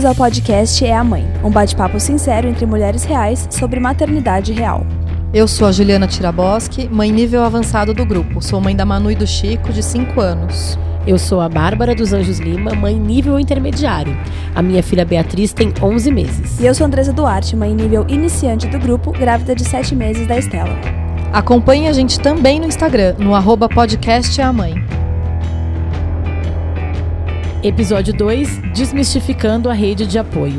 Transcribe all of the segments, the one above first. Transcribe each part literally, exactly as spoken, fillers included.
Bem-vindos ao podcast É a Mãe, um bate-papo sincero entre mulheres reais sobre maternidade real. Eu sou a Juliana Tiraboski, mãe nível avançado do grupo. Sou mãe da Manu e do Chico, de cinco anos. Eu sou a Bárbara dos Anjos Lima, mãe nível intermediário. A minha filha Beatriz tem onze meses. E eu sou Andresa Duarte, mãe nível iniciante do grupo, grávida de sete meses da Estela. Acompanhe a gente também no Instagram, no arroba podcast é a mãe. Episódio dois, Desmistificando a rede de apoio.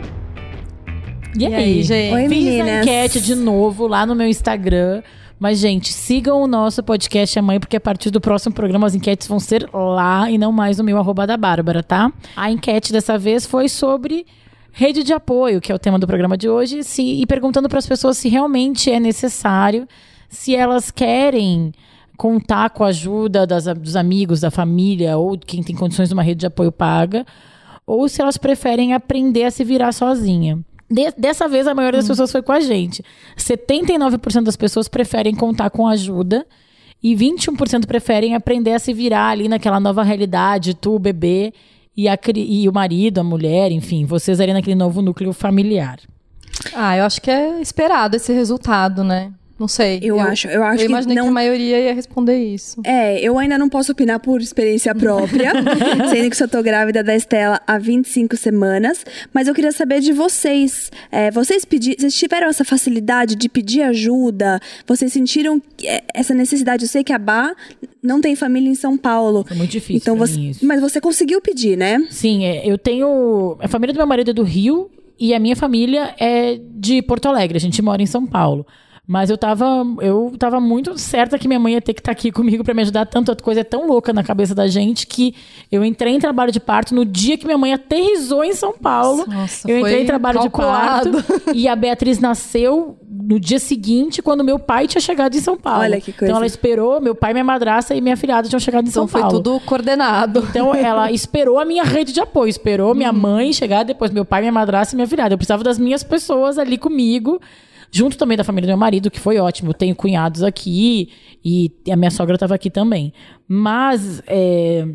E, e aí, aí, gente? Oi, Fiz meninas. a enquete de novo lá no meu Instagram. Mas, gente, sigam o nosso podcast É Mãe, porque a partir do próximo programa as enquetes vão ser lá e não mais no meu arroba da Bárbara, tá? A enquete dessa vez foi sobre rede de apoio, que é o tema do programa de hoje, se, e perguntando para as pessoas se realmente é necessário, se elas querem contar com a ajuda das, dos amigos, da família ou quem tem condições de uma rede de apoio paga, ou se elas preferem aprender a se virar sozinha. De, dessa vez, a maioria das hum. pessoas foi com a gente. setenta e nove por cento das pessoas preferem contar com ajuda e vinte e um por cento preferem aprender a se virar ali naquela nova realidade, tu, o bebê e, a, e o marido, a mulher, enfim, vocês ali naquele novo núcleo familiar. Ah, eu acho que é esperado esse resultado, né? Não sei. Eu, eu acho, eu acho eu imaginei que, não... que a maioria ia responder isso. É, eu ainda não posso opinar por experiência própria, sendo que eu tô grávida da Estela há vinte e cinco semanas, mas eu queria saber de vocês. É, vocês, pedi... vocês tiveram essa facilidade de pedir ajuda? Vocês sentiram essa necessidade? Eu sei que a Bá não tem família em São Paulo. Foi muito difícil então pra você... mim isso. Mas você conseguiu pedir, né? Sim, é, eu tenho... A família do meu marido é do Rio e a minha família é de Porto Alegre. A gente mora em São Paulo. Mas eu tava, eu tava muito certa que minha mãe ia ter que estar aqui comigo pra me ajudar. Tanto a coisa é tão louca na cabeça da gente que eu entrei em trabalho de parto no dia que minha mãe aterrissou em São Paulo. Nossa, eu entrei em trabalho calculado. de parto e a Beatriz nasceu no dia seguinte, quando meu pai tinha chegado em São Paulo. Olha que coisa. Então ela esperou, meu pai, minha madrasta e minha filhada tinham chegado em então São Paulo. Então foi tudo coordenado. Então ela esperou a minha rede de apoio, esperou minha mãe chegar, depois meu pai, minha madrasta e minha filhada. Eu precisava das minhas pessoas ali comigo. Junto também da família do meu marido, que foi ótimo. Eu tenho cunhados aqui e a minha sogra estava aqui também. Mas é,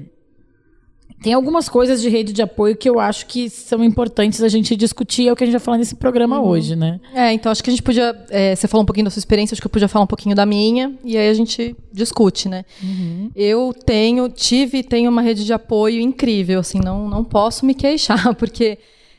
tem algumas coisas de rede de apoio que eu acho que são importantes a gente discutir. É o que a gente vai falar nesse programa uhum. hoje, né? É, então acho que a gente podia... É, você falou um pouquinho da sua experiência, acho que eu podia falar um pouquinho da minha. E aí a gente discute, né? Uhum. Eu tenho, tive e tenho uma rede de apoio incrível. Assim, não, não posso me queixar, porque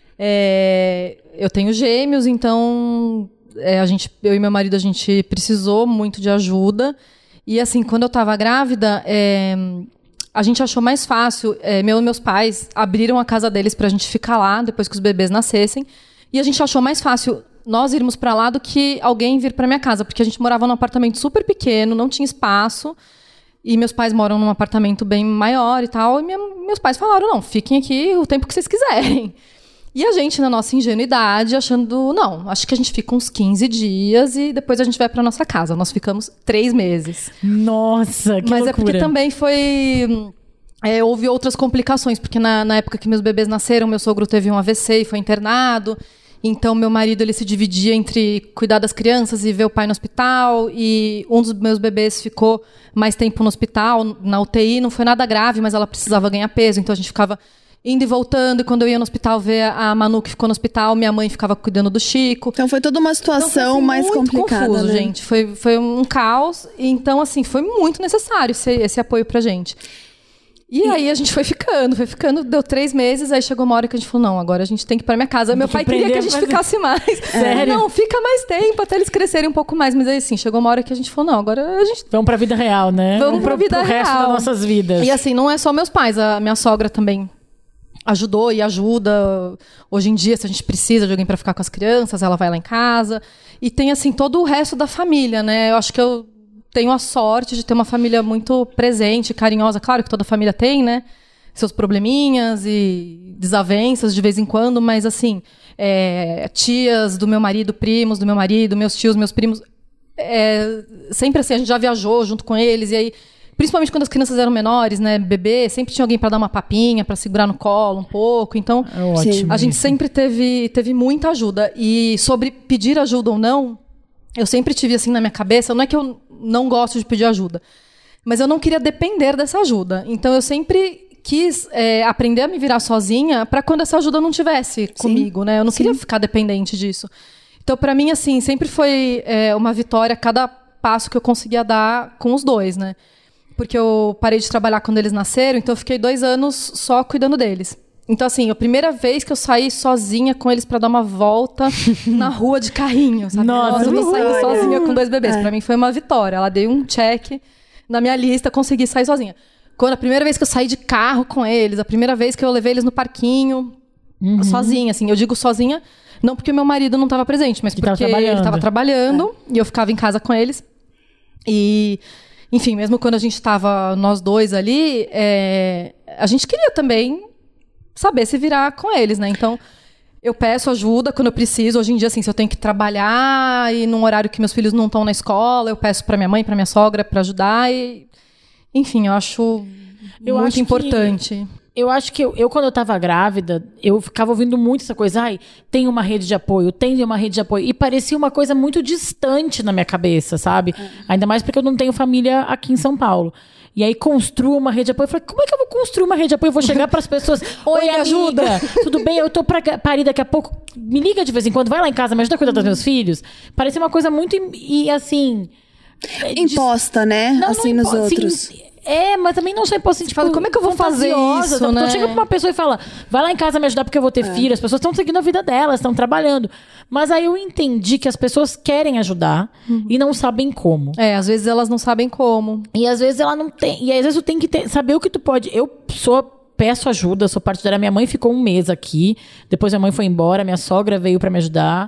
é, eu tenho gêmeos, então... É, a gente, eu e meu marido, a gente precisou muito de ajuda. E assim, quando eu estava grávida, é, a gente achou mais fácil. É, meu, meus pais abriram a casa deles para a gente ficar lá depois que os bebês nascessem. E a gente achou mais fácil nós irmos para lá do que alguém vir para minha casa, porque a gente morava num apartamento super pequeno, não tinha espaço. E meus pais moram num apartamento bem maior e tal. E minha, meus pais falaram, não, fiquem aqui o tempo que vocês quiserem. E a gente, na nossa ingenuidade, achando, não, acho que a gente fica uns quinze dias e depois a gente vai pra nossa casa. Nós ficamos três meses. Nossa, que Mas loucura. é porque também foi... É, houve outras complicações, porque na, na época que meus bebês nasceram, meu sogro teve um A V C e foi internado. Então, meu marido, ele se dividia entre cuidar das crianças e ver o pai no hospital. E um dos meus bebês ficou mais tempo no hospital, na U T I. Não foi nada grave, mas ela precisava ganhar peso, então a gente ficava... indo e voltando, e quando eu ia no hospital ver a Manu que ficou no hospital, minha mãe ficava cuidando do Chico. Então foi toda uma situação então, foi, assim, mais muito complicada, confuso, né? gente. Foi, foi um caos. Então, assim, foi muito necessário esse, esse apoio pra gente. E, e aí a gente foi ficando, foi ficando, deu três meses, aí chegou uma hora que a gente falou, não, agora a gente tem que ir pra minha casa. Meu pai queria que a gente fazer... ficasse mais. Sério? Não, fica mais tempo, até eles crescerem um pouco mais. Mas aí, assim, chegou uma hora que a gente falou, não, agora a gente... Vamos pra vida real, né? Vamos, Vamos pra pro, vida pro real. resto das nossas vidas. E assim, não é só meus pais, a minha sogra também ajudou e ajuda. Hoje em dia, se a gente precisa de alguém para ficar com as crianças, ela vai lá em casa. E tem, assim, todo o resto da família, né? Eu acho que eu tenho a sorte de ter uma família muito presente, carinhosa. Claro que toda família tem, né? Seus probleminhas e desavenças de vez em quando, mas, assim, é, tias do meu marido, primos do meu marido, meus tios, meus primos... É, sempre assim, a gente já viajou junto com eles, e aí... Principalmente quando as crianças eram menores, né, bebê, sempre tinha alguém para dar uma papinha, para segurar no colo um pouco. Então, é ótimo, a gente sempre teve, teve muita ajuda. E sobre pedir ajuda ou não, eu sempre tive assim na minha cabeça, não é que eu não gosto de pedir ajuda, mas eu não queria depender dessa ajuda. Então, eu sempre quis é, aprender a me virar sozinha para quando essa ajuda não tivesse Sim. comigo, né? Eu não Sim. queria ficar dependente disso. Então, para mim, assim, sempre foi é, uma vitória cada passo que eu conseguia dar com os dois, né? Porque eu parei de trabalhar quando eles nasceram, então eu fiquei dois anos só cuidando deles. Então, assim, a primeira vez que eu saí sozinha com eles pra dar uma volta na rua de carrinho, sabe? Nossa, eu tô saindo sozinha com dois bebês. É. Pra mim foi uma vitória. Ela deu um check na minha lista, consegui sair sozinha. Quando a primeira vez que eu saí de carro com eles, a primeira vez que eu levei eles no parquinho, uhum. sozinha, assim. Eu digo sozinha, não porque o meu marido não estava presente, mas que porque tava ele estava trabalhando é. e eu ficava em casa com eles. E, enfim, mesmo quando a gente estava nós dois ali, é, a gente queria também saber se virar com eles, né? Então, eu peço ajuda quando eu preciso. Hoje em dia, assim, se eu tenho que trabalhar e num horário que meus filhos não estão na escola, eu peço para minha mãe, para minha sogra, para ajudar. E, enfim, eu acho eu muito acho importante. Que... Eu acho que eu, eu, quando eu tava grávida, eu ficava ouvindo muito essa coisa, ai, tem uma rede de apoio, tem uma rede de apoio. E parecia uma coisa muito distante na minha cabeça, sabe? Uhum. Ainda mais porque eu não tenho família aqui em São Paulo. E aí construo uma rede de apoio. Eu falei, como é que eu vou construir uma rede de apoio? Eu vou chegar para as pessoas, oi, amiga, ajuda. Tudo bem, eu tô pra parir daqui a pouco. Me liga de vez em quando, vai lá em casa, me ajuda a cuidar dos meus filhos. Parecia uma coisa muito, e assim... Imposta, né? Não, assim, não nos impo... outros. Assim, é, mas também não só imposto, tipo, fala, como é que eu vou fazer isso, então, né? Chega pra uma pessoa e fala, vai lá em casa me ajudar porque eu vou ter é. filho. As pessoas estão seguindo a vida delas, estão trabalhando. Mas aí eu entendi que as pessoas querem ajudar uhum. e não sabem como. É, às vezes elas não sabem como. E às vezes ela não tem. E às vezes tu tem que ter, saber o que tu pode. Eu sou... peço ajuda, sou partidária. Minha mãe ficou um mês aqui, depois minha mãe foi embora, minha sogra veio pra me ajudar,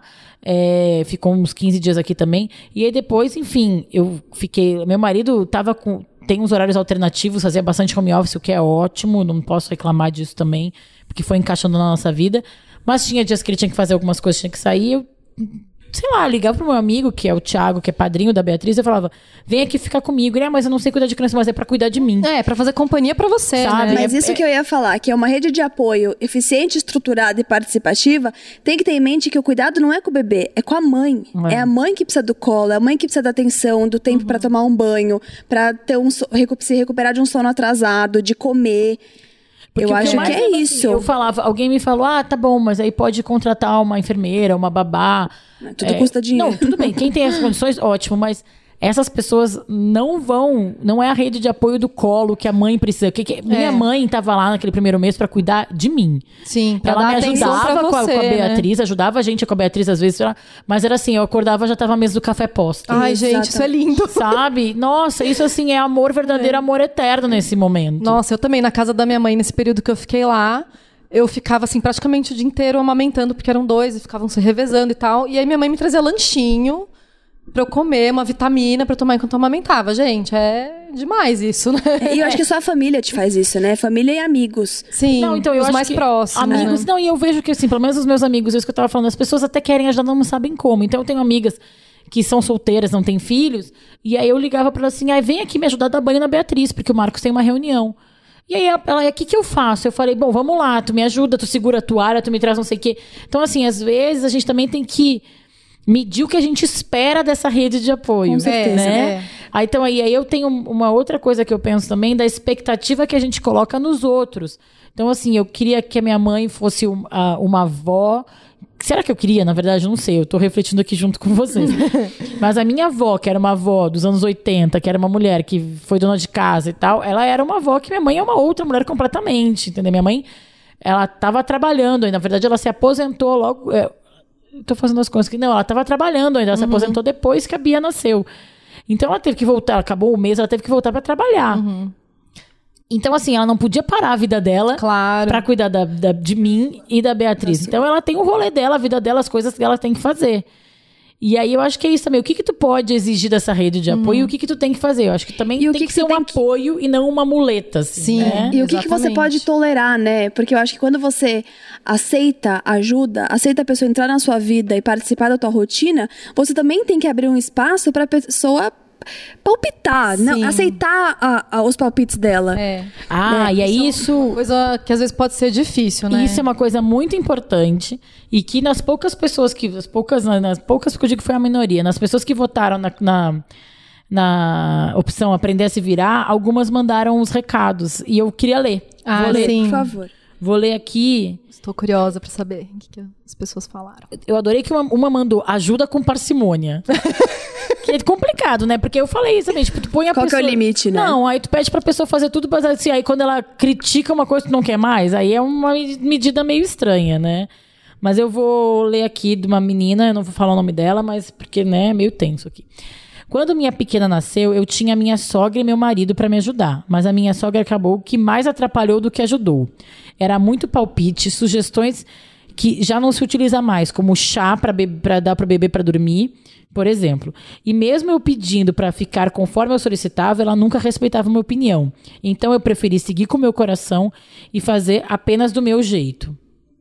é, ficou uns quinze dias aqui também. E aí depois, enfim, eu fiquei... Meu marido tava com... Tem uns horários alternativos, fazia bastante home office, o que é ótimo, não posso reclamar disso também, porque foi encaixando na nossa vida. Mas tinha dias que ele tinha que fazer algumas coisas, tinha que sair, eu... sei lá, ligava pro meu amigo, que é o Thiago, que é padrinho da Beatriz, eu falava, vem aqui ficar comigo. Ele, ah, mas eu não sei cuidar de criança, mas é pra cuidar de mim. É, pra fazer companhia pra você, sabe? né? Mas isso é... que eu ia falar, que é uma rede de apoio eficiente, estruturada e participativa, tem que ter em mente que o cuidado não é com o bebê, é com a mãe. É, é a mãe que precisa do colo, é a mãe que precisa da atenção, do tempo uhum. pra tomar um banho, pra ter um, se recuperar de um sono atrasado, de comer... Porque eu acho que, que é assim, isso. Eu falava, alguém me falou, ah, tá bom, mas aí pode contratar uma enfermeira, uma babá. Tudo é, custa dinheiro. Não, tudo bem. Quem tem as condições, ótimo, mas essas pessoas não vão, não é a rede de apoio do colo que a mãe precisa. Que, que, minha é. mãe estava lá naquele primeiro mês para cuidar de mim. Sim, pra ela dar me ajudava você, com, a, com a Beatriz, né? ajudava a gente com a Beatriz às vezes, mas era assim, eu acordava, já tava a mesa do café posto. Ai, gente, Exatamente. Isso é lindo. Sabe? Nossa, isso assim é amor verdadeiro, é. amor eterno nesse momento. Nossa, eu também, na casa da minha mãe, nesse período que eu fiquei lá, eu ficava assim praticamente o dia inteiro amamentando, porque eram dois e ficavam se revezando e tal. E aí minha mãe me trazia lanchinho pra eu comer, uma vitamina pra eu tomar enquanto eu amamentava. Gente, é demais isso, né? E eu acho que só a família te faz isso, né? Família e amigos. Sim, não, então eu os acho mais próximos. Amigos, né? Não, e eu vejo que, assim, pelo menos os meus amigos, isso que eu tava falando, as pessoas até querem ajudar, não sabem como. Então eu tenho amigas que são solteiras, não têm filhos, e aí eu ligava pra ela assim, ah, vem aqui me ajudar a dar banho na Beatriz, porque o Marcos tem uma reunião. E aí ela, o que que eu faço? Eu falei, bom, vamos lá, tu me ajuda, tu segura a toalha, tu me traz não sei o quê. Então, assim, às vezes a gente também tem que medir o que a gente espera dessa rede de apoio. Com certeza, né? É. Aí, então, aí, aí eu tenho uma outra coisa que eu penso também, da expectativa que a gente coloca nos outros. Então, assim, eu queria que a minha mãe fosse uma, uma avó... Será que eu queria? Na verdade, eu não sei. Eu tô refletindo aqui junto com vocês. Mas a minha avó, que era uma avó dos anos oitenta, que era uma mulher que foi dona de casa e tal, ela era uma avó que minha mãe é uma outra mulher completamente, entendeu? Minha mãe, ela tava trabalhando, e na verdade ela se aposentou logo... É, tô fazendo as coisas que... Não, ela tava trabalhando ainda, ela uhum. se aposentou depois que a Bia nasceu. Então ela teve que voltar, acabou o mês, ela teve que voltar pra trabalhar. Uhum. Então, assim, ela não podia parar a vida dela claro. pra cuidar da, da, de mim e da Beatriz. Nossa. Então, ela tem o rolê dela, a vida dela, as coisas que ela tem que fazer. E aí, eu acho que é isso também. O que que tu pode exigir dessa rede de apoio hio e o que que tu tem que fazer? Eu acho que também e tem que que, que ser um apoio que... e não uma muleta, assim, Sim, né? E o que que você pode tolerar, né? Porque eu acho que quando você aceita ajuda, aceita a pessoa entrar na sua vida e participar da tua rotina, você também tem que abrir um espaço pra pessoa... palpitar, não, aceitar a, a, os palpites dela. É. Ah, né? E é isso... Uma coisa que às vezes pode ser difícil, né? Isso é uma coisa muito importante e que nas poucas pessoas que... As poucas, nas poucas, porque eu digo que foi a minoria, nas pessoas que votaram na, na, na opção Aprender a Se Virar, algumas mandaram os recados. E eu queria ler. Ah, Vou ler, sim. Por favor. Vou ler aqui. Estou curiosa pra saber o que, que as pessoas falaram. Eu adorei que uma, uma mandou ajuda com parcimônia. Que é complicado, né? Porque eu falei isso também. Tipo, tu põe a Qual pessoa... que é o limite, né? Não, aí tu pede pra pessoa fazer tudo, mas assim, aí quando ela critica uma coisa que tu não quer mais, aí é uma medida meio estranha, né? Mas eu vou ler aqui de uma menina, eu não vou falar o nome dela, mas porque, né, é meio tenso aqui. Quando minha pequena nasceu, eu tinha minha sogra e meu marido para me ajudar, mas a minha sogra acabou que mais atrapalhou do que ajudou. Era muito palpite, sugestões que já não se utiliza mais, como chá para dar para o bebê para dormir, por exemplo. E mesmo eu pedindo para ficar conforme eu solicitava, ela nunca respeitava a minha opinião. Então eu preferi seguir com o meu coração e fazer apenas do meu jeito.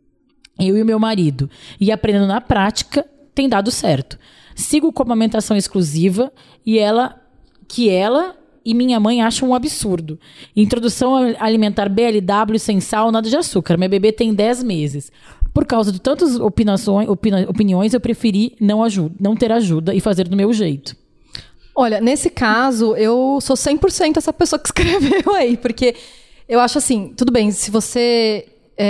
Eu e o meu marido. E aprendendo na prática, tem dado certo. Sigo com amamentação exclusiva e ela, que ela e minha mãe acham um absurdo. Introdução alimentar B L W sem sal, nada de açúcar. Minha bebê tem dez meses. Por causa de tantas opinações, opina, opiniões, eu preferi não, ajuda, não ter ajuda e fazer do meu jeito. Olha, nesse caso, eu sou cem por cento essa pessoa que escreveu aí, porque eu acho assim, tudo bem, se você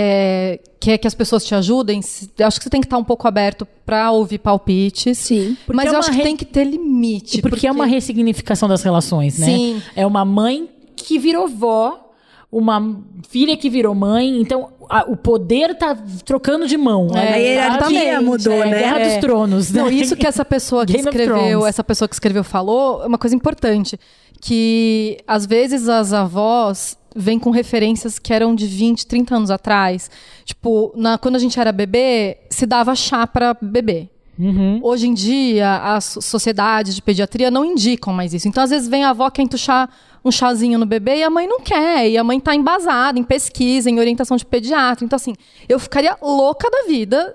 é, quer que as pessoas te ajudem, eu acho que você tem que estar um pouco aberto para ouvir palpites. Sim. Mas é eu uma acho que re... tem que ter limite. E porque, porque é uma ressignificação das relações, né? Sim. É uma mãe que virou vó, uma filha que virou mãe, então a, o poder tá trocando de mão. É, né? A hierarquia exatamente. mudou, É, né? Guerra É. dos Tronos, né? Não, isso que essa pessoa que Game of escreveu, Thrones. essa pessoa que escreveu falou, é uma coisa importante, que às vezes as avós vêm com referências que eram de vinte, trinta anos atrás. Tipo, na, quando a gente era bebê, se dava chá para bebê. Uhum. Hoje em dia, as sociedades de pediatria não indicam mais isso. Então, às vezes, vem a avó quer entuchar um chazinho no bebê e a mãe não quer. E a mãe está embasada em pesquisa, em orientação de pediatra. Então, assim, eu ficaria louca da vida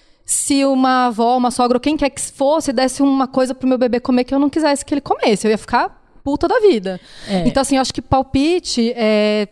se uma avó, uma sogra ou quem quer que fosse desse uma coisa pro meu bebê comer que eu não quisesse que ele comesse. Eu ia ficar puta da vida. É. Então, assim, eu acho que palpite é,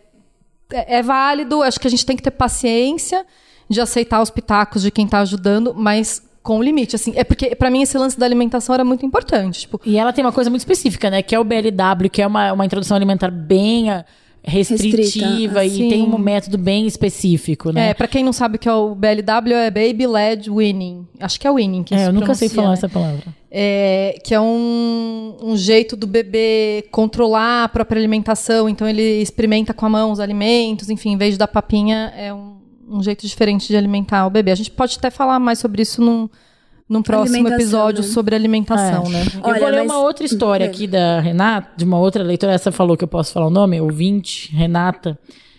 é, é válido. Acho que a gente tem que ter paciência de aceitar os pitacos de quem está ajudando, mas com limite, assim. É porque, pra mim, esse lance da alimentação era muito importante. Tipo, E ela tem uma coisa muito específica, né? Que é o B L W, que é uma, uma introdução alimentar bem ah, restritiva Restrita, e assim. tem um método bem específico, né? é, pra quem não sabe o que é o B L W, é Baby Led Weaning. Acho que é Weaning que É, se eu nunca sei pronuncia, falar né? essa palavra. É, que é um, um jeito do bebê controlar a própria alimentação. Então, ele experimenta com a mão os alimentos. Enfim, em vez de dar papinha, é um, um jeito diferente de alimentar o bebê. A gente pode até falar mais sobre isso num, num próximo Alimentação, episódio né? sobre alimentação, É. né? Eu Olha, vou ler mas- uma outra história aqui da Renata, de uma outra leitora. Essa falou que eu posso falar o nome, ouvinte, Renata.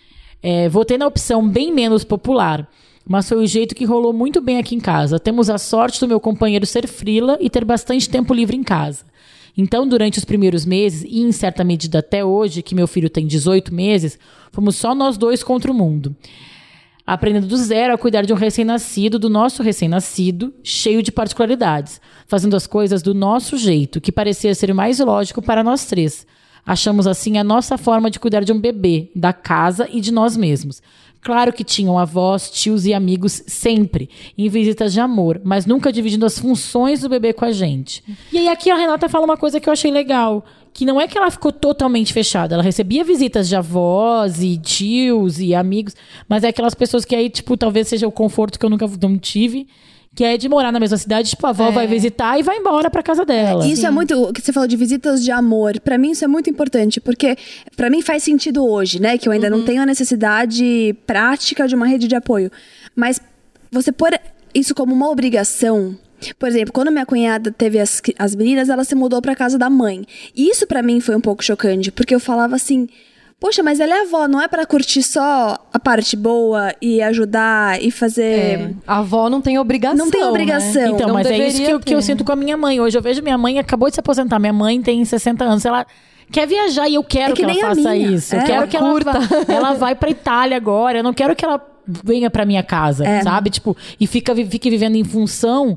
É, votei na opção bem menos popular, mas foi o jeito que rolou muito bem aqui em casa. Temos a sorte do meu companheiro ser frila e ter bastante tempo livre em casa. Então, durante os primeiros meses, e em certa medida até hoje, que meu filho tem dezoito meses, fomos só nós dois contra o mundo. Aprendendo do zero a cuidar de um recém-nascido, do nosso recém-nascido, cheio de particularidades, fazendo as coisas do nosso jeito, que parecia ser mais lógico para nós três. Achamos assim a nossa forma de cuidar de um bebê, da casa e de nós mesmos. Claro que tinham avós, tios e amigos sempre, em visitas de amor, mas nunca dividindo as funções do bebê com a gente. E aí aqui a Renata fala uma coisa que eu achei legal, que não é que ela ficou totalmente fechada, ela recebia visitas de avós e tios e amigos, mas é aquelas pessoas que aí, tipo, talvez seja o conforto que eu nunca não tive, que é de morar na mesma cidade, tipo, a avó É. vai visitar e vai embora pra casa dela. Isso é muito, o que você falou de visitas de amor, pra mim isso é muito importante, porque pra mim faz sentido hoje, né, que eu ainda não tenho a necessidade prática de uma rede de apoio, mas você pôr isso como uma obrigação. Por exemplo, quando minha cunhada teve as, as meninas, ela se mudou pra casa da mãe. E isso pra mim foi um pouco chocante, porque eu falava assim: poxa, mas ela é avó, não é pra curtir só a parte boa e ajudar e fazer... É, a avó não tem obrigação. Não tem obrigação. Né? Então, Não mas é isso que deveria eu, que eu ter. sinto com a minha mãe. Hoje eu vejo minha mãe, acabou de se aposentar. Minha mãe tem sessenta anos. Ela quer viajar e eu quero É que que, nem ela a faça minha. isso. Eu É, quero ela que ela curta. vá, ela vai pra Itália agora. Eu não quero que ela venha pra minha casa, É. sabe? Tipo, e fica, fique vivendo em função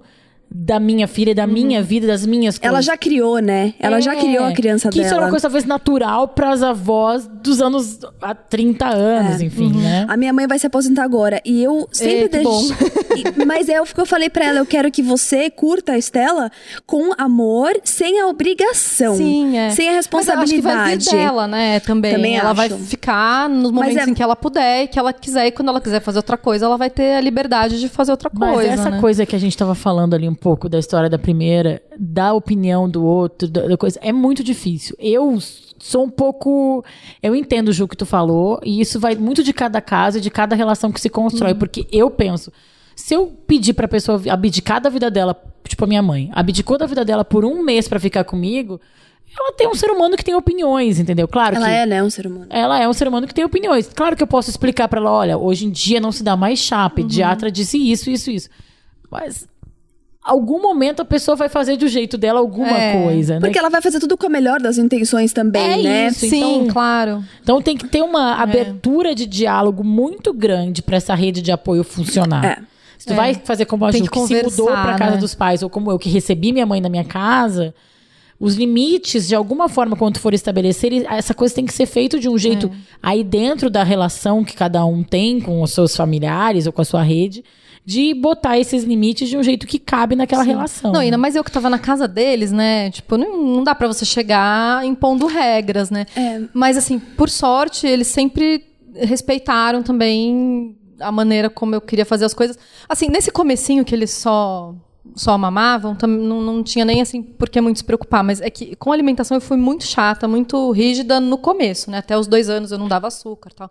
da minha filha, da uhum. minha vida, das minhas coisas. Ela já criou, né? Ela é, já criou a criança que dela. Isso é uma coisa talvez natural para as avós dos anos há trinta anos, é. enfim, uhum. né? A minha mãe vai se aposentar agora e eu sempre deixo. Mas é o que eu falei pra ela, eu quero que você curta a Estela com amor, sem a obrigação. Sim, é. Sem a responsabilidade. Mas eu acho que vai vir dela, né? Também. Também ela acho. vai ficar nos momentos é... em que ela puder e que ela quiser. E quando ela quiser fazer outra coisa, ela vai ter a liberdade de fazer outra coisa. Mas essa né? coisa que a gente tava falando ali um pouco da história da primeira, da opinião do outro, da, da coisa, é muito difícil. Eu sou um pouco... Eu entendo, Ju, o que tu falou, e isso vai muito de cada caso e de cada relação que se constrói, uhum. porque eu penso, se eu pedir pra pessoa abdicar da vida dela, tipo a minha mãe, abdicou da vida dela por um mês pra ficar comigo, ela tem um ser humano que tem opiniões, entendeu? Claro ela que... é, né, um ser humano. Ela é um ser humano que tem opiniões. Claro que eu posso explicar pra ela, olha, hoje em dia não se dá mais chá, a pediatra uhum. disse isso, isso, isso. Mas... algum momento a pessoa vai fazer do jeito dela alguma é, coisa, né? Porque ela vai fazer tudo com a melhor das intenções também, é né? Isso. Sim, então, claro. Então tem que ter uma é. abertura de diálogo muito grande para essa rede de apoio funcionar. É. Se tu é. vai fazer como a Ju, que, que se mudou pra casa né? dos pais, ou como eu que recebi minha mãe na minha casa, os limites, de alguma forma, quando tu for estabelecer, essa coisa tem que ser feita de um jeito é. aí dentro da relação que cada um tem com os seus familiares ou com a sua rede, de botar esses limites de um jeito que cabe naquela Sim. relação. Não, ainda mais eu que tava na casa deles, né? Tipo, não, não dá pra você chegar impondo regras, né? É. Mas, assim, por sorte, eles sempre respeitaram também a maneira como eu queria fazer as coisas. Assim, nesse comecinho que eles só... só mamavam, não, não tinha nem assim por que muito se preocupar, mas é que com a alimentação eu fui muito chata, muito rígida no começo, né? Até os dois anos eu não dava açúcar e tal.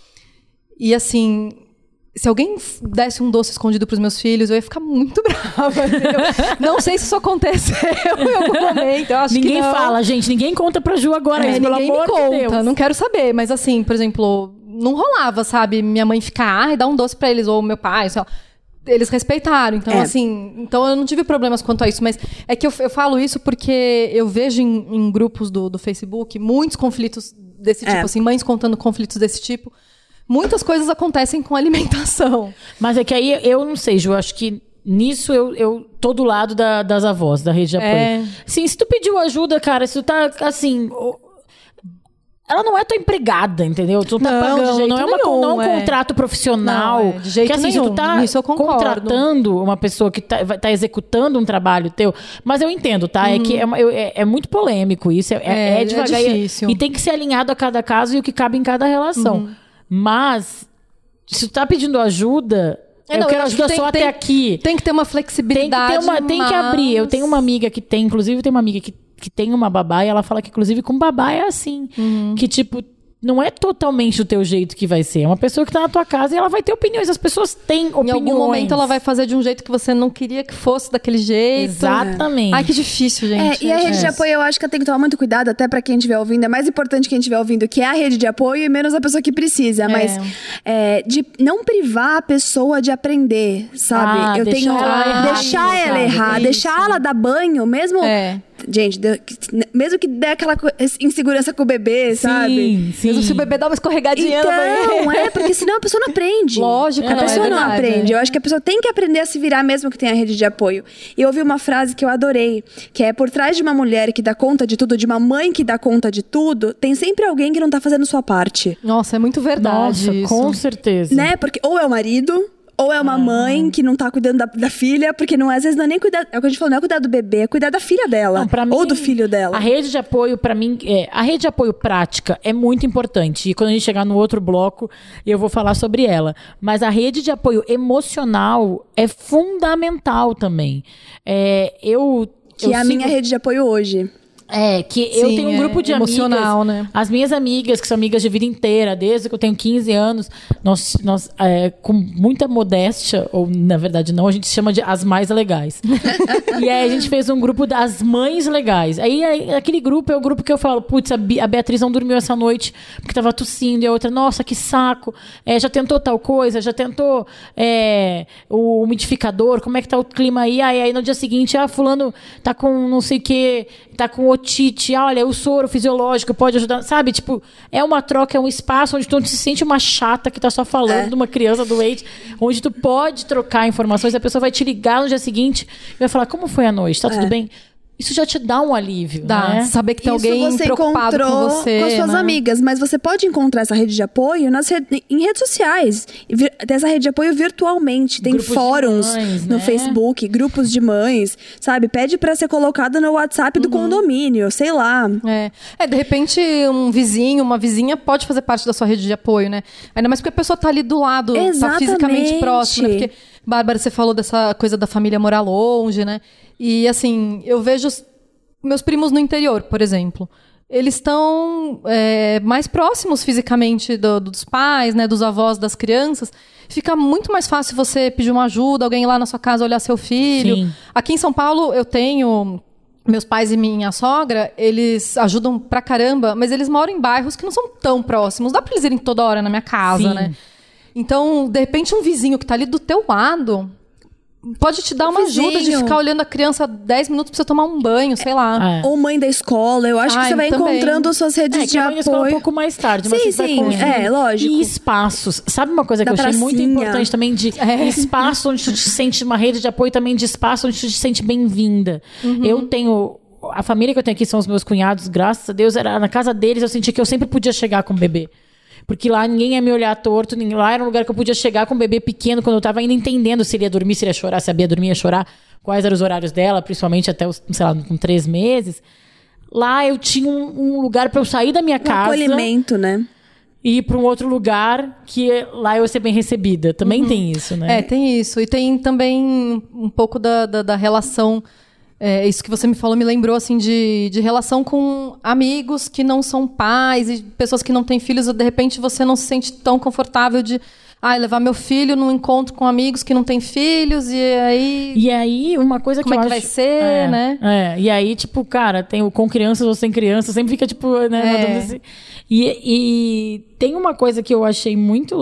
E assim, se alguém desse um doce escondido pros meus filhos, eu ia ficar muito brava, entendeu? Não sei se isso aconteceu em algum momento, eu acho ninguém que não. fala, gente, ninguém conta pra Ju agora, é, pelo ninguém amor me conta, de Deus. Não quero saber, mas assim, por exemplo, não rolava, sabe? Minha mãe ficar, ah, e dar um doce pra eles, ou meu pai, sei lá. Eles respeitaram, então é. assim, então eu não tive problemas quanto a isso, mas é que eu, eu falo isso porque eu vejo em, em grupos do, do Facebook muitos conflitos desse tipo, é. assim, mães contando conflitos desse tipo. Muitas coisas acontecem com alimentação. Mas é que aí eu não sei, Ju, acho que nisso eu, eu tô do lado da, das avós, da rede de apoio. É. Sim, se tu pediu ajuda, cara, se tu tá assim... Ela não é tua empregada, entendeu? Tu não tá não, pagando, não é, uma, nenhum, não é um é. contrato profissional. Não, é, de jeito que, assim, nenhum. Se tu tá Isso eu concordo. contratando uma pessoa que tá, tá executando um trabalho teu... Mas eu entendo, tá? Uhum. É que é, é, é muito polêmico isso. É, é, é devagar. É difícil. E, e tem que ser alinhado a cada caso e o que cabe em cada relação. Uhum. Mas, se tu tá pedindo ajuda... É, não, eu quero eu ajuda que só tem, até aqui. Tem que ter uma flexibilidade. Tem que, ter uma, mas... tem que abrir. Eu tenho uma amiga que tem... Inclusive, tem uma amiga que, que tem uma babá e ela fala que, inclusive, com babá é assim. Uhum. Que, tipo... Não é totalmente o teu jeito que vai ser. É uma pessoa que tá na tua casa e ela vai ter opiniões. As pessoas têm opiniões. Em algum momento ela vai fazer de um jeito que você não queria que fosse daquele jeito. Exatamente. Ai, que difícil, gente. É, e a rede é. de apoio, eu acho que tem que tomar muito cuidado, até pra quem estiver ouvindo. É mais importante quem estiver ouvindo, que é a rede de apoio, e menos a pessoa que precisa. É. Mas é, de não privar a pessoa de aprender, sabe? Ah, eu tenho ela errar, deixar isso, ela sabe? errar, Isso. deixar ela dar banho, mesmo... É. Gente, mesmo que dê aquela insegurança com o bebê, sim, sabe? Sim. Mesmo se o bebê dá uma escorregadinha então, no banheiro. é, porque senão a pessoa não aprende. Lógico, a não, pessoa é não verdade, aprende. É. Eu acho que a pessoa tem que aprender a se virar mesmo que tenha a rede de apoio. E eu ouvi uma frase que eu adorei, que é: por trás de uma mulher que dá conta de tudo, de uma mãe que dá conta de tudo, tem sempre alguém que não tá fazendo sua parte. Nossa, é muito verdade. Nossa, isso. com certeza. Né? Porque ou é o marido, ou é uma ah. mãe que não tá cuidando da, da filha, porque não, às vezes não é nem cuidar... É o que a gente falou, não é cuidar do bebê, é cuidar da filha dela. Não, pra mim, ou do filho dela. A rede de apoio, pra mim... É, a rede de apoio prática é muito importante. E quando a gente chegar no outro bloco, eu vou falar sobre ela. Mas a rede de apoio emocional é fundamental também. É, eu... Que eu é a sigo... minha rede de apoio hoje. É, que Sim, eu tenho um grupo de é emocional, amigas, né? As minhas amigas, que são amigas de vida inteira, desde que eu tenho quinze anos, nós, nós é, com muita modéstia, ou na verdade não, a gente chama de as mais legais. E aí a gente fez um grupo das mães legais. Aí, aí aquele grupo é o grupo que eu falo, putz, a, a Beatriz não dormiu essa noite porque tava tossindo, e a outra, nossa, que saco, é, já tentou tal coisa, já tentou é, o umidificador, como é que tá o clima aí? Aí, aí no dia seguinte, ah, fulano tá com não sei o que, tá com otite, olha, o soro fisiológico pode ajudar, sabe? Tipo, é uma troca, é um espaço onde tu não se sente uma chata que tá só falando É. de uma criança doente, onde tu pode trocar informações, a pessoa vai te ligar no dia seguinte e vai falar, como foi a noite? Tá tudo É. bem? Isso já te dá um alívio, Dá, né? saber que tem Isso alguém você preocupado encontrou com você. com as suas né? amigas, mas você pode encontrar essa rede de apoio nas re- em redes sociais. E vir- Dessa rede de apoio virtualmente. Tem Grupos de fóruns mães, no né? Facebook, grupos de mães, sabe? Pede pra ser colocada no WhatsApp do Uhum. condomínio, sei lá. É. é, de repente, um vizinho, uma vizinha pode fazer parte da sua rede de apoio, né? Ainda mais porque a pessoa tá ali do lado, tá Exatamente. fisicamente próxima, né? Porque, Bárbara, você falou dessa coisa da família morar longe, né? E, assim, eu vejo os- meus primos no interior, por exemplo. Eles estão é, mais próximos fisicamente do- dos pais, né? Dos avós, das crianças. Fica muito mais fácil você pedir uma ajuda, alguém ir lá na sua casa olhar seu filho. Sim. Aqui em São Paulo, eu tenho... Meus pais e minha sogra, eles ajudam pra caramba, mas eles moram em bairros que não são tão próximos. Dá pra eles irem toda hora na minha casa, Sim. né? Então, de repente, um vizinho que tá ali do teu lado pode te dar Um uma ajuda de vizinho. ficar olhando a criança dez minutos pra você tomar um banho, sei lá. É. Ou mãe da escola. Eu acho que Ai, você vai também. encontrando suas redes É, de que a mãe da escola é um apoio. pouco mais tarde, mas Sim, você vai sim, construindo. é, lógico. E espaços. Sabe uma coisa que Da eu achei muito pracinha. importante também? De É. espaço onde tu te sente uma rede de apoio, também de espaço onde tu te sente bem-vinda. Eu tenho... A família que eu tenho aqui são os meus cunhados, graças a Deus. Era, na casa deles eu senti que eu sempre podia chegar com o bebê. Porque lá ninguém ia me olhar torto. ninguém- Lá era um lugar que eu podia chegar com o bebê pequeno, quando eu tava ainda entendendo se ele ia dormir, se ele ia chorar, se a Bia dormia, ia chorar. Quais eram os horários dela, principalmente até, os, sei lá, com três meses. Lá eu tinha um, um lugar pra eu sair da minha Um casa acolhimento, né? e ir pra um outro lugar que lá eu ia ser bem recebida. Também tem isso, né? É, tem isso. E tem também um pouco da, da, da relação... É, isso que você me falou me lembrou, assim, de, de relação com amigos que não são pais e pessoas que não têm filhos. Ou, de repente, você não se sente tão confortável de... Ah, levar meu filho num encontro com amigos que não têm filhos e aí... E aí, uma coisa Como que é eu que acho... vai ser, é, né? É, e aí, tipo, cara, tem o com crianças ou sem crianças, sempre fica, tipo, né? É. uma dúvida assim. E, e tem uma coisa que eu achei muito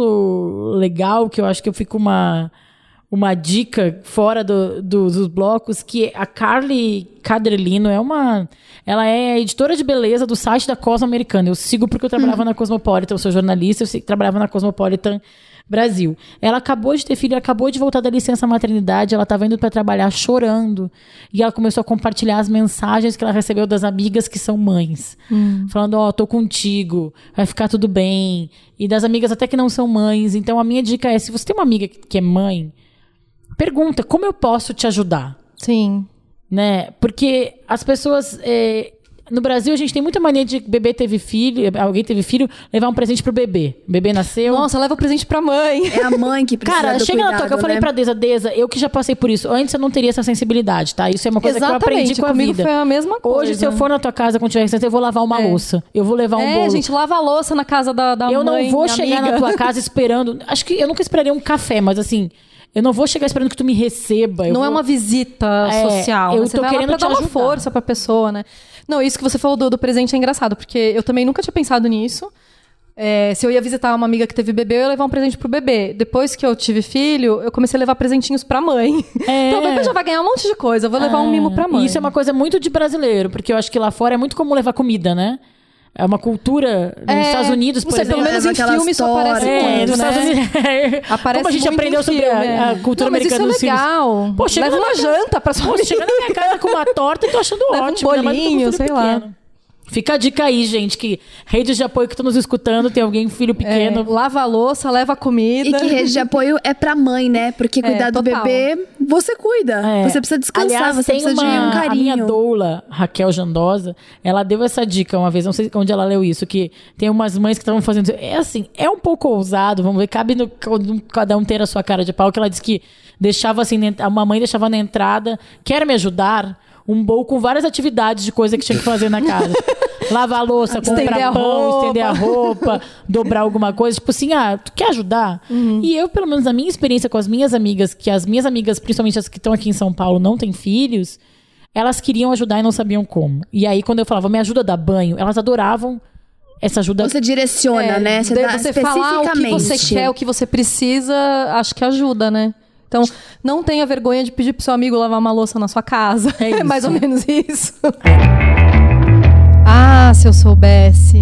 legal, que eu acho que eu fico uma... uma dica fora do, do- dos blocos, que a Carly Cadrelino é uma... Ela é a editora de beleza do site da Cosmo Americana. Eu sigo porque eu trabalhava na Cosmopolitan, eu sou jornalista, eu sei- trabalhava na Cosmopolitan Brasil. Ela acabou de ter filho, ela acabou de voltar da licença maternidade, ela estava indo para trabalhar chorando. E ela começou a compartilhar as mensagens que ela recebeu das amigas que são mães. Falando, ó, tô contigo, vai ficar tudo bem. E das amigas até que não são mães. Então a minha dica é, se você tem uma amiga que é mãe, pergunta, como eu posso te ajudar? Sim. Né? Porque as pessoas... é, no Brasil, a gente tem muita mania de bebê teve filho, alguém teve filho, levar um presente pro bebê. O bebê nasceu... Nossa, leva o presente pra mãe. É a mãe que precisa Cara, do chega cuidado, na tua casa. Eu falei né? pra Deza, Deza, eu que já passei por isso. Antes eu não teria essa sensibilidade, tá? Isso é uma coisa Exatamente, que eu aprendi com a comigo vida. foi a mesma coisa. Hoje, se eu for na tua casa quando tiver receita, eu vou lavar uma É. louça. Eu vou levar um É, bolo. gente, lava a louça na casa da, da eu mãe, não vou minha chegar amiga. na tua casa esperando... Acho que eu nunca esperaria um café, mas assim... Eu não vou chegar esperando que tu me receba. eu Não é vou- uma visita É, social. eu né? Você tô vai lá querendo pra te dar uma ajudar. força pra pessoa, né? Não, isso que você falou do, do presente é engraçado, porque eu também nunca tinha pensado nisso. É, se eu ia visitar uma amiga que teve bebê, eu ia levar um presente pro bebê. Depois que eu tive filho, eu comecei a levar presentinhos pra mãe. É. Então o bebê já vai ganhar um monte de coisa, eu vou levar um mimo pra mãe. E isso é uma coisa muito de brasileiro, porque eu acho que lá fora é muito comum levar comida, né? É uma cultura nos É, Estados Unidos, não por sei, pelo exemplo. menos em Leva aquelas filme isso tortas. aparece É, muito, nos né? Estados Unidos. Aparece Como a gente muito aprendeu em sobre filme, a, a é. cultura Não, mas americana isso dos é filmes. legal. Pô, chega Leva na uma minha casa- janta pra sua Pô, amiga. chega na minha casa com uma torta e tô achando Leva um ótimo. ainda mais que eu tô com bolinho, filho sei lá. pequeno. Fica a dica aí, gente, que redes de apoio que estão nos escutando, tem alguém com filho É, pequeno. lava a louça, leva a comida. E que rede de apoio é pra mãe, né? Porque cuidar do total. bebê, você cuida. É. Você precisa descansar, Aliás, você tem precisa uma, de um A minha carinho. doula, Raquel Jandosa, ela deu essa dica uma vez, não sei onde ela leu isso, que tem umas mães que estavam fazendo... É assim, é um pouco ousado, vamos ver, cabe no, cada um ter a sua cara de pau, que ela disse que deixava assim, uma mãe deixava na entrada, quer me ajudar? Um bowl com várias atividades de coisa que tinha que fazer na casa. Lavar a louça, Estender comprar a pão, roupa. estender a roupa, dobrar alguma coisa. Tipo assim, ah, tu quer ajudar? Uhum. E eu, pelo menos, a minha experiência com as minhas amigas, que as minhas amigas, principalmente as que estão aqui em São Paulo, não têm filhos, elas queriam ajudar e não sabiam como. E aí, quando eu falava, me ajuda a dar banho, elas adoravam essa ajuda. Você direciona, É, né? Você de- dá você falar o que especificamente. você quer, o que você precisa, acho que ajuda, né? Então, não tenha vergonha de pedir pro seu amigo lavar uma louça na sua casa. É É, isso. mais ou menos isso. Ah, se eu soubesse.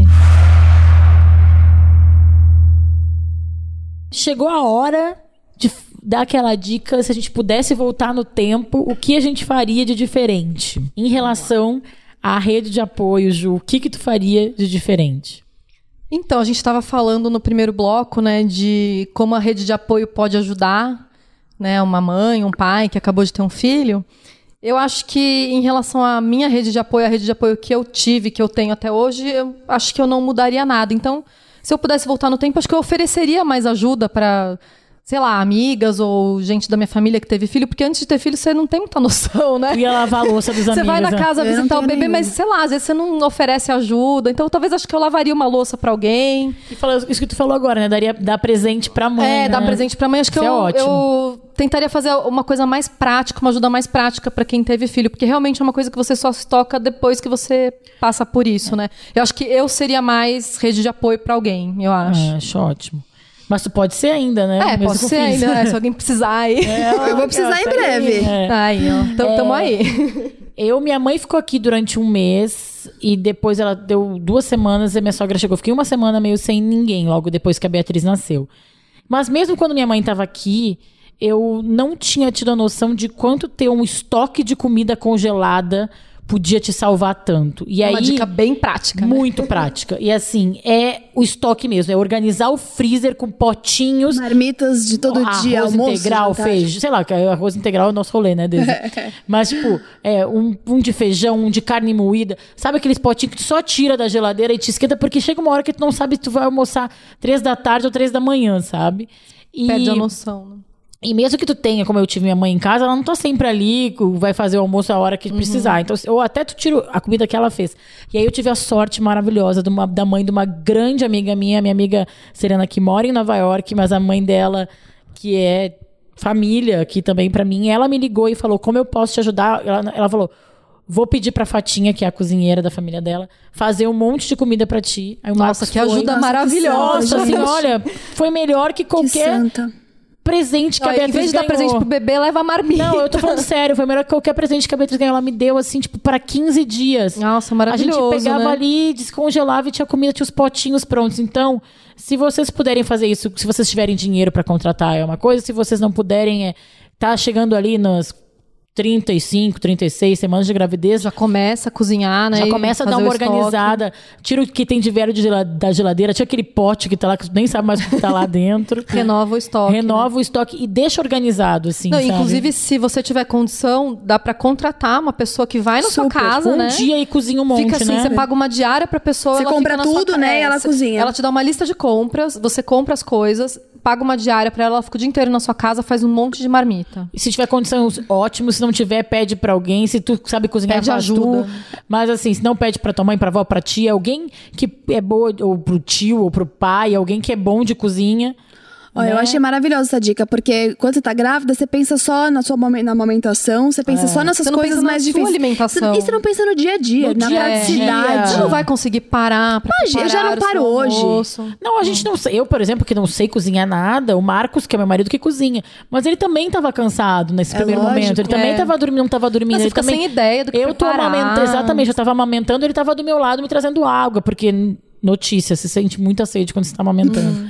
Chegou a hora de dar aquela dica, se a gente pudesse voltar no tempo, o que a gente faria de diferente? Em relação à rede de apoio, Ju, o que que tu faria de diferente? Então, a gente estava falando no primeiro bloco, né, de como a rede de apoio pode ajudar, né, uma mãe, um pai que acabou de ter um filho. Eu acho que, em relação à minha rede de apoio, a rede de apoio que eu tive, que eu tenho até hoje, eu acho que eu não mudaria nada. Então, se eu pudesse voltar no tempo, acho que eu ofereceria mais ajuda para, sei lá, amigas ou gente da minha família que teve filho, porque antes de ter filho você não tem muita noção, né? Tu ia lavar a louça dos amigos. Você vai na casa né? visitar o bebê, nenhuma. mas sei lá, às vezes você não oferece ajuda. Então talvez acho que eu lavaria uma louça pra alguém. E falou isso que tu falou agora, né? Daria, dar presente pra mãe, É, né? dar presente pra mãe. Acho que Isso eu, é ótimo. eu tentaria fazer uma coisa mais prática, uma ajuda mais prática pra quem teve filho, porque realmente é uma coisa que você só se toca depois que você passa por isso, né? Eu acho que eu seria mais rede de apoio pra alguém, eu acho. Ah, acho ótimo. Mas tu pode ser ainda, né? É, Mesmo pode com ser filhos. ainda, né? Se alguém precisar aí. Eu vou precisar em tá breve. aí, é. Aí, ó. Então, tamo aí. Eu, minha mãe ficou aqui durante um mês e depois ela deu duas semanas e minha sogra chegou. Fiquei uma semana meio sem ninguém, logo depois que a Beatriz nasceu. Mas mesmo quando minha mãe estava aqui, eu não tinha tido a noção de quanto ter um estoque de comida congelada podia te salvar tanto. E Uma aí, dica bem prática, né? muito prática. E assim, é o estoque mesmo, é organizar o freezer com potinhos. Marmitas de todo Arroz dia, almoço, integral, jantar. feijão, sei lá, que arroz integral é o nosso rolê, né, Desi? Mas, tipo, é, um, um de feijão, um de carne moída. Sabe aqueles potinhos que tu só tira da geladeira e te esquenta, porque chega uma hora que tu não sabe se tu vai almoçar três da tarde ou três da manhã, sabe? E, Perde a noção, né? e mesmo que tu tenha, como eu tive minha mãe em casa, ela não tá sempre ali, vai fazer o almoço a hora que Uhum. precisar. Então, ou até tu tira a comida que ela fez. E aí eu tive a sorte maravilhosa de uma, da mãe de uma grande amiga minha, minha amiga Serena, que mora em Nova York, mas a mãe dela, que é família aqui também pra mim, ela me ligou e falou, como eu posso te ajudar? Ela, ela falou, vou pedir pra Fatinha, que é a cozinheira da família dela, fazer um monte de comida pra ti. Aí o Nossa, Marcos que foi. ajuda Nossa, maravilhosa. Nossa, assim, gente. olha, foi melhor que Que qualquer santa. presente que Ó, a em Beatriz vez de dar ganhou. presente pro bebê, leva a marmita. Não, eu tô falando sério, foi melhor que qualquer presente que a Beatriz ganhou. Ela me deu, assim, tipo, para quinze dias. Nossa, A maravilhoso, gente pegava né? ali, descongelava e tinha comida, tinha os potinhos prontos. Então, se vocês puderem fazer isso, se vocês tiverem dinheiro pra contratar, é uma coisa. Se vocês não puderem, é, tá chegando ali nas trinta e cinco, trinta e seis semanas de gravidez, Já começa a cozinhar, né? já e começa a dar fazer uma o estoque. organizada. Tira o que tem de velho de gela- da geladeira, tira aquele pote que tá lá, que tu nem sabe mais o que tá lá dentro. Renova o estoque. né? Renova o estoque e deixa organizado, assim, Não, sabe? inclusive, se você tiver condição, dá pra contratar uma pessoa que vai na sua Super. casa, um né? dia e cozinha um monte, Fica assim, né? você paga uma diária pra pessoa. Você ela compra fica na sua tudo, ca- né, e ela você- cozinha. Ela te dá uma lista de compras, você compra as coisas, paga uma diária pra ela, ela fica o dia inteiro na sua casa, faz um monte de marmita. E se tiver condição, ótimo. Se não tiver, pede pra alguém. Se tu sabe cozinhar, Pede faz ajuda. tu. Mas assim, se não pede pra tua mãe, pra avó, pra tia, alguém que é boa, ou pro tio, ou pro pai, alguém que é bom de cozinha. Olha, eu né? achei maravilhosa essa dica, porque quando você tá grávida, você pensa só na sua momen- na amamentação, você pensa só nessas Você não coisas pensa na mais sua difíceis. alimentação. Você- E você não pensa no dia a dia, No na dia a dia. praticidade. Você não vai conseguir parar pra Imagina, eu já preparar não o paro seu hoje. almoço. Não, a gente não sei. Eu, por exemplo, que não sei cozinhar nada, o Marcos, que é meu marido, que cozinha. Mas ele também tava cansado nesse É primeiro lógico, momento. Ele também é. tava dormindo, não tava dormindo. Não, você ele fica também... sem ideia do que Eu tô preparar. amamentando, exatamente, eu tava amamentando, ele tava do meu lado me trazendo água, porque notícia, se sente muita sede quando você tá amamentando. Uhum.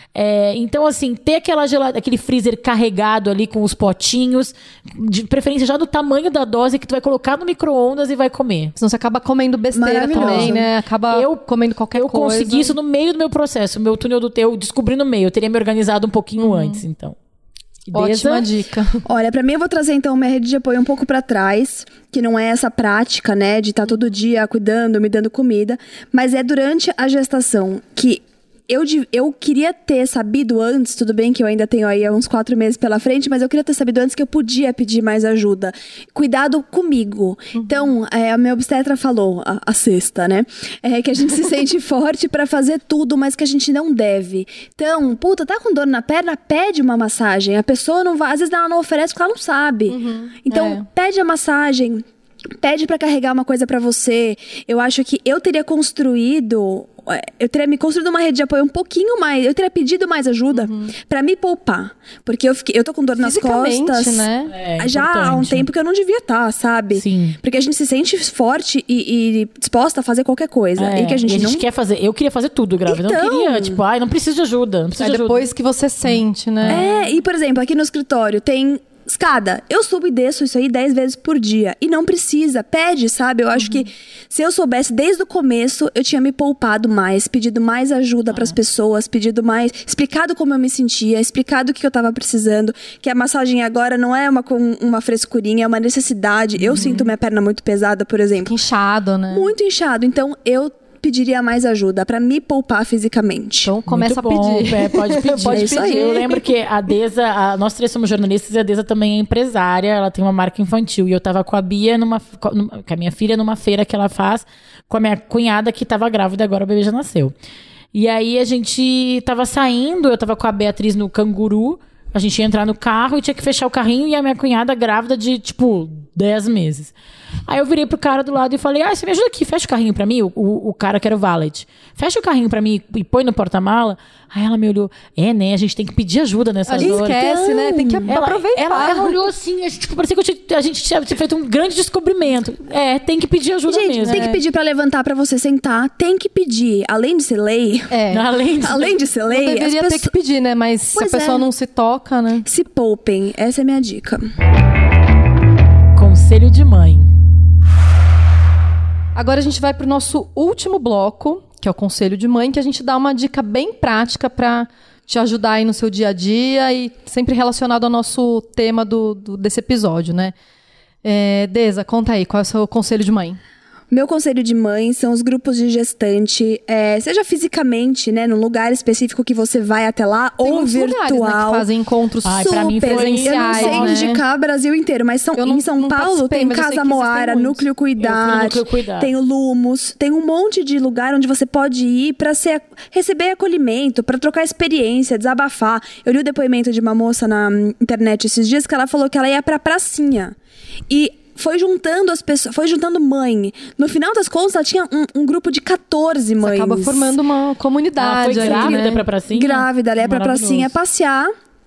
É, então, assim, ter aquela gelada, aquele freezer carregado ali com os potinhos, de preferência já do tamanho da dose que tu vai colocar no micro-ondas e vai comer. Senão você acaba comendo besteira Maravilhoso. também, né? Acaba Eu- comendo qualquer eu coisa. consegui isso no meio do meu processo, o meu túnel do teu, eu descobri no meio, eu teria me organizado um pouquinho antes, então. Deza? Ótima dica. Olha, pra mim eu vou trazer então minha rede de apoio um pouco pra trás, que não é essa prática, né, de estar todo dia cuidando, me dando comida, mas é durante a gestação que eu, de- eu queria ter sabido antes, tudo bem que eu ainda tenho aí uns quatro meses pela frente, mas eu queria ter sabido antes que eu podia pedir mais ajuda. Cuidado comigo. Então, é, a minha obstetra falou, a, a sexta, né? É que a gente se sente forte pra fazer tudo, mas que a gente não deve. Então, puta, tá com dor na perna? Pede uma massagem. A pessoa não vai, às vezes ela não oferece porque ela não sabe. Então, é. pede a massagem. pede pra carregar uma coisa pra você. Eu acho que eu teria construído... Eu teria me construído uma rede de apoio um pouquinho mais... Eu teria pedido mais ajuda uhum. pra me poupar. Porque eu, fiquei, eu tô com dor nas costas. Né? É, já há um tempo que eu não devia estar, sabe? Sim. Porque a gente se sente forte e, e disposta a fazer qualquer coisa. É, e que a gente, e a gente não... quer fazer... Eu queria fazer tudo, grávida. Então... Eu não queria, tipo... Ai, não preciso de ajuda. Não preciso é de depois ajuda. que você sente, né? É, e por exemplo, aqui no escritório tem... escada. Eu subo e desço isso aí dez vezes por dia. E não precisa. Pede, sabe? Eu acho uhum. que se eu soubesse desde o começo, eu tinha me poupado mais, pedido mais ajuda ah. pras pessoas, pedido mais... Explicado como eu me sentia, explicado o que eu tava precisando, que a massagem agora não é uma, uma frescurinha, é uma necessidade. Uhum. Eu sinto minha perna muito pesada, por exemplo. Inchado, né? Muito inchado. Então, eu pediria mais ajuda pra me poupar fisicamente. Então começa Muito a bom, pedir. É, pode pedir. pode pedir. Eu lembro que a Deza, a, nós três somos jornalistas e a Deza também é empresária, ela tem uma marca infantil. E eu tava com a Bia, numa, com a minha filha, numa feira que ela faz, com a minha cunhada que tava grávida, agora o bebê já nasceu. E aí a gente tava saindo, eu tava com a Beatriz no Canguru, a gente ia entrar no carro e tinha que fechar o carrinho e a minha cunhada grávida de, tipo, dez meses. Aí eu virei pro cara do lado e falei, ah, você me ajuda aqui, fecha o carrinho pra mim, o, o, o cara que era o valet. Fecha o carrinho pra mim e põe no porta-mala. Aí ela me olhou, é, né, a gente tem que pedir ajuda nessa hora. A gente horas. esquece, então, né, tem que ela, aproveitar. Ela, ela olhou assim, a gente, tipo, parecia que eu tinha, a gente tinha feito um grande descobrimento. É, tem que pedir ajuda gente, mesmo. Tem que pedir pra levantar pra você sentar, tem que pedir. Além de ser lei... É. Além de, além de ser lei... Não deveria ter pessoas... que pedir, né, mas pois se a pessoa é. não se toca, né. Se poupem, essa é a minha dica. Conselho de mãe. Agora a gente vai pro nosso último bloco, que é o conselho de mãe, que a gente dá uma dica bem prática para te ajudar aí no seu dia a dia e sempre relacionado ao nosso tema do, do, desse episódio, né? É, Deza, conta aí, qual é o seu conselho de mãe? Meu conselho de mãe são os grupos de gestante, é, seja fisicamente, né, num lugar específico que você vai até lá, Tem ou virtual. Lugares, né, que fazem encontros Ai, super pra mim, presenciais, Eu não sei né? indicar Brasil inteiro, mas são, não, em São não Paulo tem Casa Moara, Núcleo Cuidar, Núcleo Cuidar, tem o Lumos, tem um monte de lugar onde você pode ir pra ser, receber acolhimento, pra trocar experiência, desabafar. Eu li o depoimento de uma moça na internet esses dias que ela falou que ela ia pra pracinha. E foi juntando as pessoas, foi juntando mãe. No final das contas, ela tinha um, um grupo de catorze mães. Você acaba formando uma comunidade. Ela foi ali, grávida né? pra pracinha? Grávida, ela ia pra pracinha passear.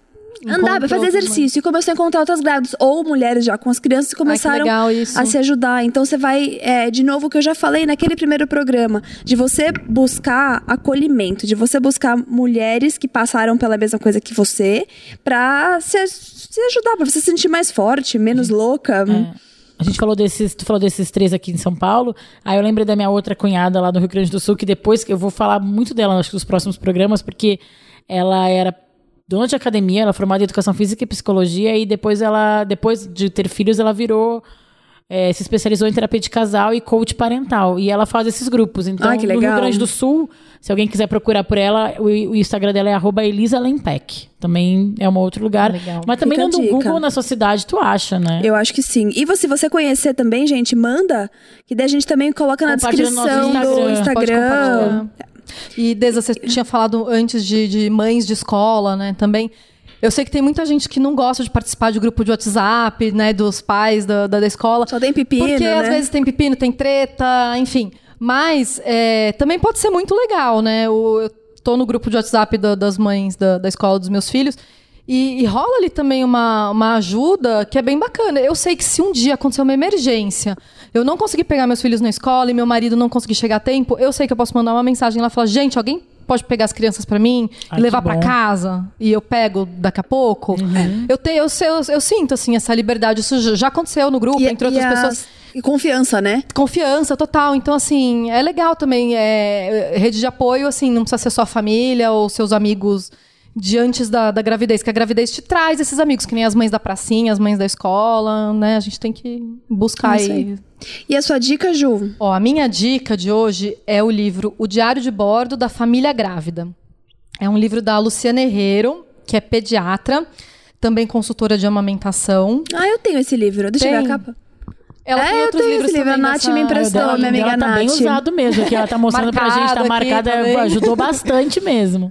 Andar, fazer exercício e começou a encontrar outras grávidas ou mulheres já com as crianças e começaram Ai, a se ajudar. Então você vai, é, de novo, o que eu já falei naquele primeiro programa, de você buscar acolhimento, de você buscar mulheres que passaram pela mesma coisa que você pra se, se ajudar, pra você se sentir mais forte, menos louca. É. A gente falou desses, tu falou desses três aqui em São Paulo. Aí eu lembrei da minha outra cunhada lá no Rio Grande do Sul, que depois, eu vou falar muito dela, acho que nos próximos programas, porque ela era dona de academia, ela é formada em educação física e psicologia, e depois ela, depois de ter filhos, ela virou, é, se especializou em terapia de casal e coach parental. E ela faz esses grupos. Então, ah, que no legal. Rio Grande do Sul, se alguém quiser procurar por ela, o, o Instagram dela é arroba Elisa Lempec. Também é um outro lugar. Legal. Mas também Fica dando um Google na sua cidade, tu acha, né? Eu acho que sim. E se você conhecer também, gente, manda, que daí a gente também coloca na Compartilha no descrição nosso do Instagram. Pode Instagram. compartilhar. E, Deza, você tinha falado antes de, de mães de escola, né, também. Eu sei que tem muita gente que não gosta de participar de grupo de WhatsApp, né, dos pais da, da, da escola. Só tem pepino, porque né? às vezes tem pepino, tem treta, enfim. Mas é, também pode ser muito legal, né? O, eu tô no grupo de WhatsApp da, das mães da, da escola dos meus filhos. E, e rola ali também uma, uma ajuda que é bem bacana. Eu sei que se um dia acontecer uma emergência, eu não conseguir pegar meus filhos na escola e meu marido não conseguir chegar a tempo, eu sei que eu posso mandar uma mensagem lá e falar, gente, alguém pode pegar as crianças pra mim Ai, e levar que pra bom. casa e eu pego daqui a pouco. Uhum. Eu, tenho, eu, eu, eu sinto assim, essa liberdade. Isso já aconteceu no grupo, E- entre e outras as- pessoas. E confiança, né? Confiança total. Então, assim, é legal também. É, rede de apoio, assim, não precisa ser só a família ou seus amigos de antes da, da gravidez, que a gravidez te traz esses amigos, que nem as mães da pracinha, as mães da escola, né? A gente tem que buscar Isso aí. aí. E a sua dica, Ju? Ó, a minha dica de hoje é o livro O Diário de Bordo da Família Grávida. É um livro da Luciana Herrero, que é pediatra, também consultora de amamentação. Ah, eu tenho esse livro. Deixa eu Tem. ver a capa. Ela É, tem eu outros tenho livros esse livro, também a Nath dessa- me emprestou. Dela, minha amiga dela tá bem Nath. usado mesmo, que ela tá mostrando pra Marcado gente, tá aqui marcada, também. ajudou bastante mesmo.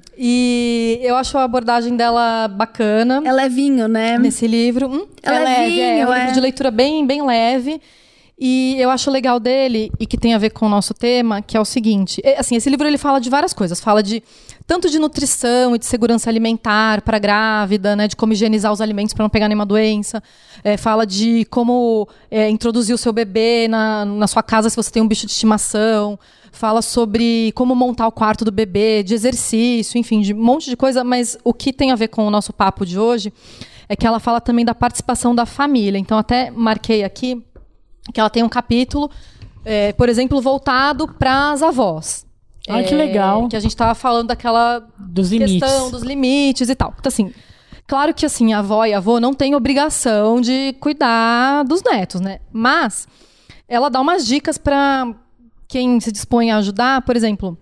E eu acho a abordagem dela bacana. É levinho, né? Nesse livro. Hum, É leve, é, levinho, um é. livro de leitura bem, bem leve. E eu acho legal dele, e que tem a ver com o nosso tema, que é o seguinte. Assim, esse livro ele fala de várias coisas. Fala de tanto de nutrição e de segurança alimentar para a grávida, né, de como higienizar os alimentos para não pegar nenhuma doença. É, fala de como é, introduzir o seu bebê na, na sua casa se você tem um bicho de estimação. Fala sobre como montar o quarto do bebê, de exercício, enfim, de um monte de coisa. Mas o que tem a ver com o nosso papo de hoje é que ela fala também da participação da família. Então, até marquei aqui que ela tem um capítulo, é, por exemplo, voltado para as avós. Ai, é, que legal. Que a gente estava falando daquela dos questão limites. dos limites e tal. Então, assim, claro que assim, a avó e a avô não têm obrigação de cuidar dos netos, né? Mas ela dá umas dicas para quem se dispõe a ajudar. Por exemplo,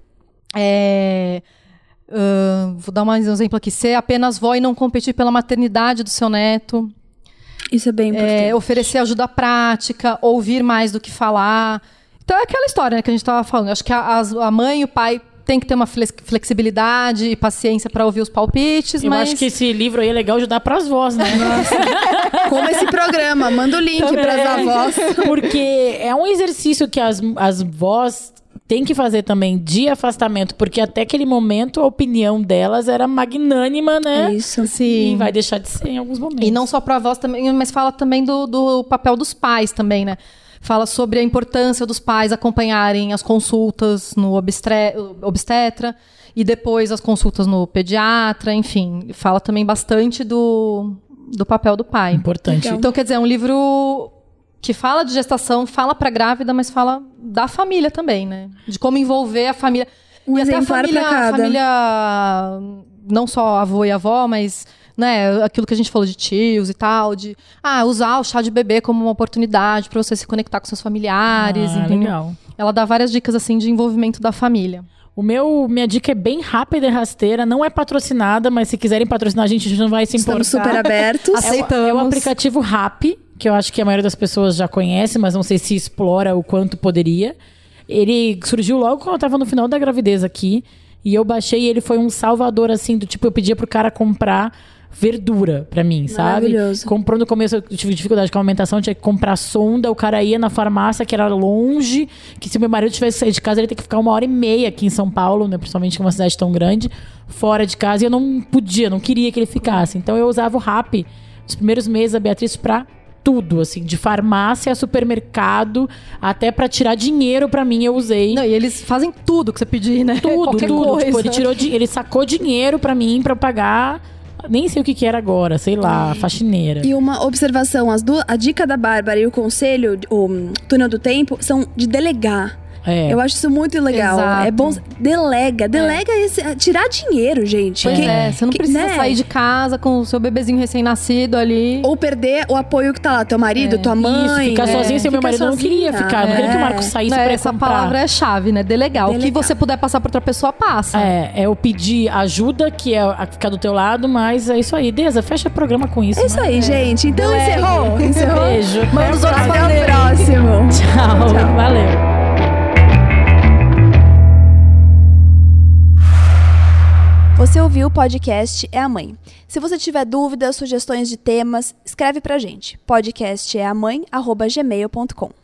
é, uh, vou dar um exemplo aqui. Ser apenas vó e não competir pela maternidade do seu neto. Isso é bem importante. É, oferecer ajuda prática, ouvir mais do que falar. Então é aquela história, né, que a gente estava falando. Eu acho que a, a mãe e o pai têm que ter uma flexibilidade e paciência para ouvir os palpites. Eu mas... acho que esse livro aí é legal ajudar para as vós, né? Como esse programa, manda o link para as avós. Porque é um exercício que as, as vós têm que fazer também de afastamento, porque até aquele momento a opinião delas era magnânima, né? Isso. Sim. E vai deixar de ser em alguns momentos. E não só para avós também, mas fala também do, do papel dos pais também, né? Fala sobre a importância dos pais acompanharem as consultas no obstre... obstetra e depois as consultas no pediatra, enfim. Fala também bastante do, do papel do pai. Importante. Então, quer dizer, é um livro que fala de gestação, fala para grávida, mas fala da família também, né? De como envolver a família. Um e até a exemplar família, pra cada. a família, não só avô e avó, mas... né, aquilo que a gente falou de tios e tal, de ah, usar o chá de bebê como uma oportunidade para você se conectar com seus familiares, Ah, entendeu? legal. Ela dá várias dicas assim de envolvimento da família. O meu, minha dica é bem rápida e rasteira, não é patrocinada, mas se quiserem patrocinar a gente, a gente não vai se importar. Estamos super abertos. Aceitamos. É o aplicativo Rappi, que eu acho que a maioria das pessoas já conhece, mas não sei se explora o quanto poderia. Ele surgiu logo quando eu tava no final da gravidez aqui, e eu baixei e ele foi um salvador, assim, do tipo, eu pedia pro cara comprar verdura pra mim, sabe? Maravilhoso. Comprou no começo, eu tive dificuldade com a alimentação, tinha que comprar sonda, o cara ia na farmácia, que era longe, que se o meu marido tivesse saído de casa, ele ia ter que ficar uma hora e meia aqui em São Paulo, né? Principalmente que é uma cidade tão grande, fora de casa, e eu não podia, não queria que ele ficasse. Então eu usava o Rappi, nos primeiros meses da Beatriz, pra tudo, assim, de farmácia a supermercado, até pra tirar dinheiro pra mim, eu usei. Não, e eles fazem tudo que você pedir, né? Tudo, Qualquer tudo. coisa. Tipo, ele, tirou di- ele sacou dinheiro pra mim, pra eu pagar. Nem sei o que que era agora, sei lá, faxineira. E uma observação, as du- a dica da Bárbara e o conselho, o um, túnel do tempo, são de delegar. É. Eu acho isso muito legal. Exato. É bom. Delega. Delega esse. Tirar dinheiro, gente. Pois Que- é, você não que- precisa né? sair de casa com o seu bebezinho recém-nascido ali. Ou perder o apoio que tá lá, teu marido, tua mãe. Isso, ficar né? sozinho, sem meu Fica marido não queria sozinha. ficar. Não queria que o É. Marcos saísse Não, pra ir essa comprar. palavra é chave, né? Delegar. O que Delegar. você puder passar pra outra pessoa, passa. É, é eu pedir ajuda, que é a ficar do teu lado, mas é isso aí. Deza, fecha o programa com isso. É isso né? aí, gente. Então encerrou. Encerrou. Beijo. Manda os outros Até o fazerem. próximo. Tchau. Valeu. Você ouviu o podcast É a Mãe. Se você tiver dúvidas, sugestões de temas, escreve pra gente. podcast é a mãe arroba gmail ponto com.